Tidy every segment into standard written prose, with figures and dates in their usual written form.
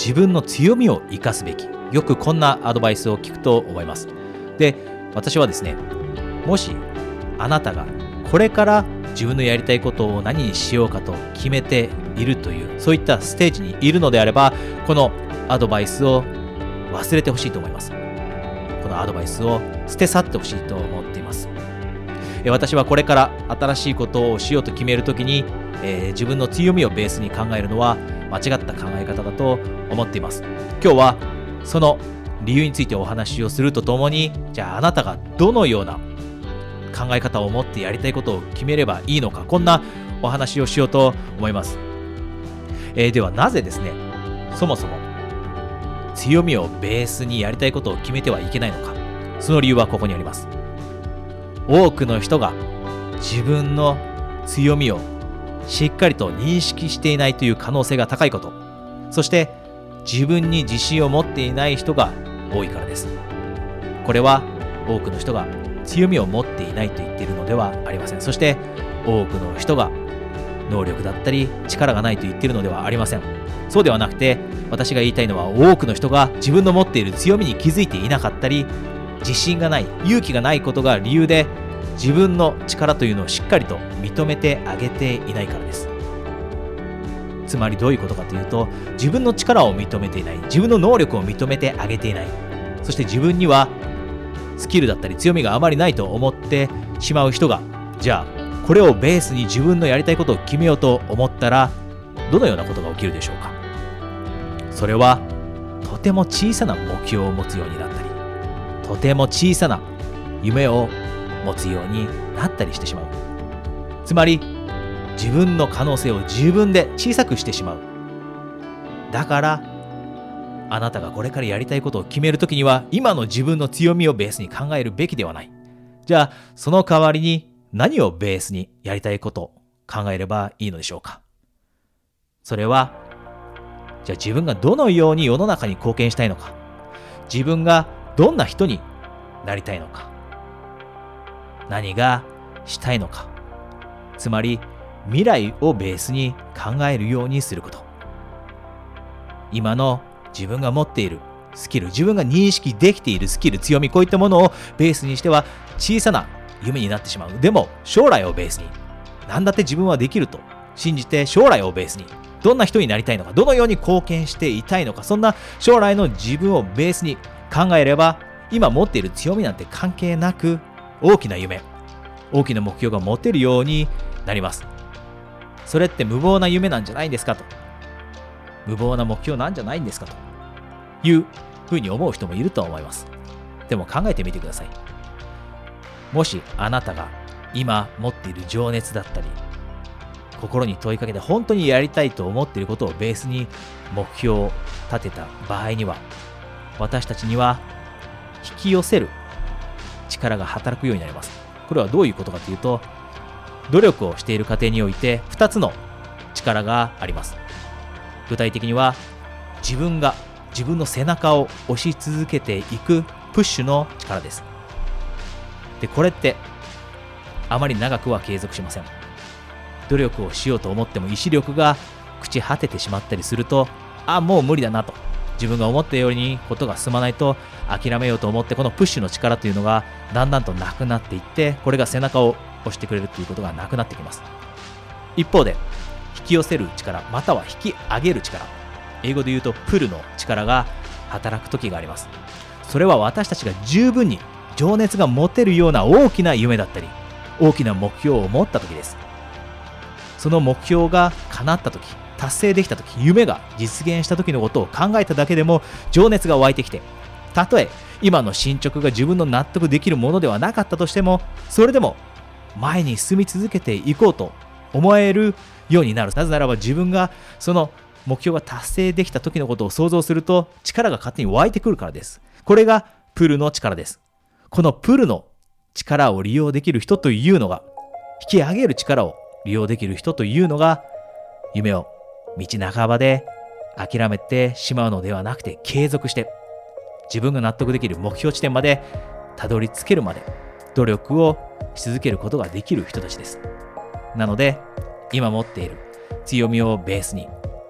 自分の強みを生かすべき。よくこんなアドバイスを聞くと思います。で、私はですね、もしあなたがこれから自分のやりたいことを何にしようかと決めているという、そういったステージにいるのであれば、このアドバイスを忘れてほしいと思います。このアドバイスを捨て去ってほしいと思っています。私はこれから新しいことをしようと決めるときに、自分の強みをベースに考えるのは間違った考え方だと思っています。今日はその理由についてお話をするとともに、じゃああなたがどのような考え方を持ってやりたいことを決めればいいのか、こんなお話をしようと思います。ではなぜですね、そもそも強みをベースにやりたいことを決めてはいけないのか。その理由はここにあります。多くの人が自分の強みをしっかりと認識していないという可能性が高いこと、そして自分に自信を持っていない人が多いからです。これは多くの人が強みを持っていないと言っているのではありません。そして多くの人が能力だったり力がないと言っているのではありません。そうではなくて、私が言いたいのは、多くの人が自分の持っている強みに気づいていなかったり、自信がない、勇気がないことが理由で、自分の力というのをしっかりと認めてあげていないからです。つまりどういうことかというと、自分の力を認めていない、自分の能力を認めてあげていない、そして自分にはスキルだったり強みがあまりないと思ってしまう人が、じゃあこれをベースに自分のやりたいことを決めようと思ったら、どのようなことが起きるでしょうか。それはとても小さな目標を持つようになったり、とても小さな夢を持つようになったりしてしまう。つまり自分の可能性を自分で小さくしてしまう。だからあなたがこれからやりたいことを決めるときには、今の自分の強みをベースに考えるべきではない。じゃあその代わりに何をベースにやりたいことを考えればいいのでしょうか。それは、じゃあ自分がどのように世の中に貢献したいのか、自分がどんな人になりたいのか、何がしたいのか、つまり未来をベースに考えるようにすること。今の自分が持っているスキル、自分が認識できているスキル、強み、こういったものをベースにしては小さな夢になってしまう。でも将来をベースに、何だって自分はできると信じて、将来をベースにどんな人になりたいのか、どのように貢献していたいのか、そんな将来の自分をベースに考えれば、今持っている強みなんて関係なく、大きな夢、大きな目標が持てるようになります。それって無謀な夢なんじゃないんですかと、無謀な目標なんじゃないんですかというふうに思う人もいると思います。でも考えてみてください。もしあなたが今持っている情熱だったり、心に問いかけて本当にやりたいと思っていることをベースに目標を立てた場合には、私たちには引き寄せる力が働くようになります。これはどういうことかというと、努力をしている過程において2つの力があります。具体的には、自分が自分の背中を押し続けていくプッシュの力です。で、これってあまり長くは継続しません。努力をしようと思っても意志力が朽ち果ててしまったりすると、もう無理だなと、自分が思ったようにことが進まないと諦めようと思って、このプッシュの力というのがだんだんとなくなっていって、これが背中を押してくれるということがなくなってきます。一方で、引き寄せる力、または引き上げる力、英語で言うとプルの力が働く時があります。それは私たちが十分に情熱が持てるような大きな夢だったり、大きな目標を持った時です。その目標が叶った時、達成できた時、夢が実現した時のことを考えただけでも情熱が湧いてきて、たとえ今の進捗が自分の納得できるものではなかったとしても、それでも前に進み続けていこうと思えるようになる。なぜならば、自分がその目標が達成できた時のことを想像すると力が勝手に湧いてくるからです。これがプルの力です。このプルの力を利用できる人というのが、引き上げる力を利用できる人というのが、夢を道半ばで諦めてしまうのではなくて、継続して自分が納得できる目標地点までたどり着けるまで努力をし続けることができる人たちです。なので、今持っている強みをベースに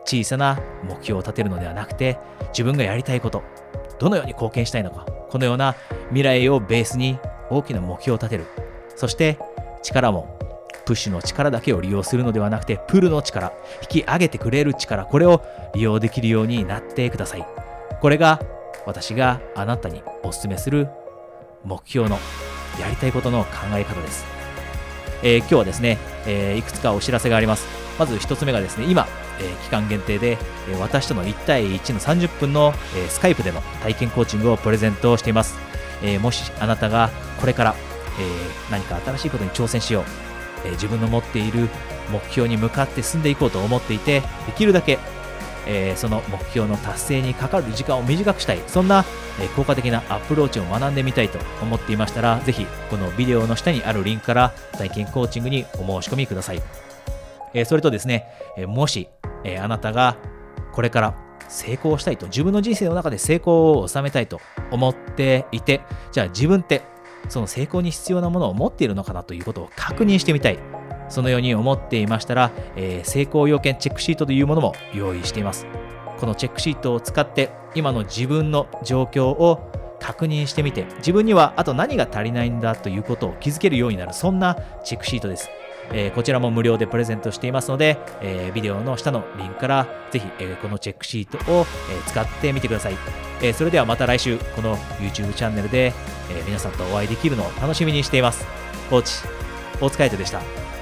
小さな目標を立てるのではなくて、自分がやりたいこと、どのように貢献したいのか、このような未来をベースに大きな目標を立てる。そして力もプッシュの力だけを利用するのではなくて、プルの力、引き上げてくれる力、これを利用できるようになってください。これが私があなたにお勧めする目標のやりたいことの考え方です。今日はですね、いくつかお知らせがあります。まず一つ目がですね、今、期間限定で、私との1対1の30分の、スカイプでの体験コーチングをプレゼントしています。もしあなたがこれから、何か新しいことに挑戦しよう、自分の持っている目標に向かって進んでいこうと思っていて、できるだけ、その目標の達成にかかる時間を短くしたい、そんな、効果的なアプローチを学んでみたいと思っていましたら、ぜひこのビデオの下にあるリンクから体験コーチングにお申し込みください。それとですね、もし、あなたがこれから成功したいと、自分の人生の中で成功を収めたいと思っていて、じゃあ自分ってその成功に必要なものを持っているのかなということを確認してみたい、そのように思っていましたら、成功要件チェックシートというものも用意しています。このチェックシートを使って今の自分の状況を確認してみて、自分にはあと何が足りないんだということを気づけるようになる、そんなチェックシートです。こちらも無料でプレゼントしていますので、ビデオの下のリンクからぜひ、このチェックシートを、使ってみてください。それではまた来週この YouTube チャンネルで、皆さんとお会いできるのを楽しみにしています。コーチ大塚愛斗でした。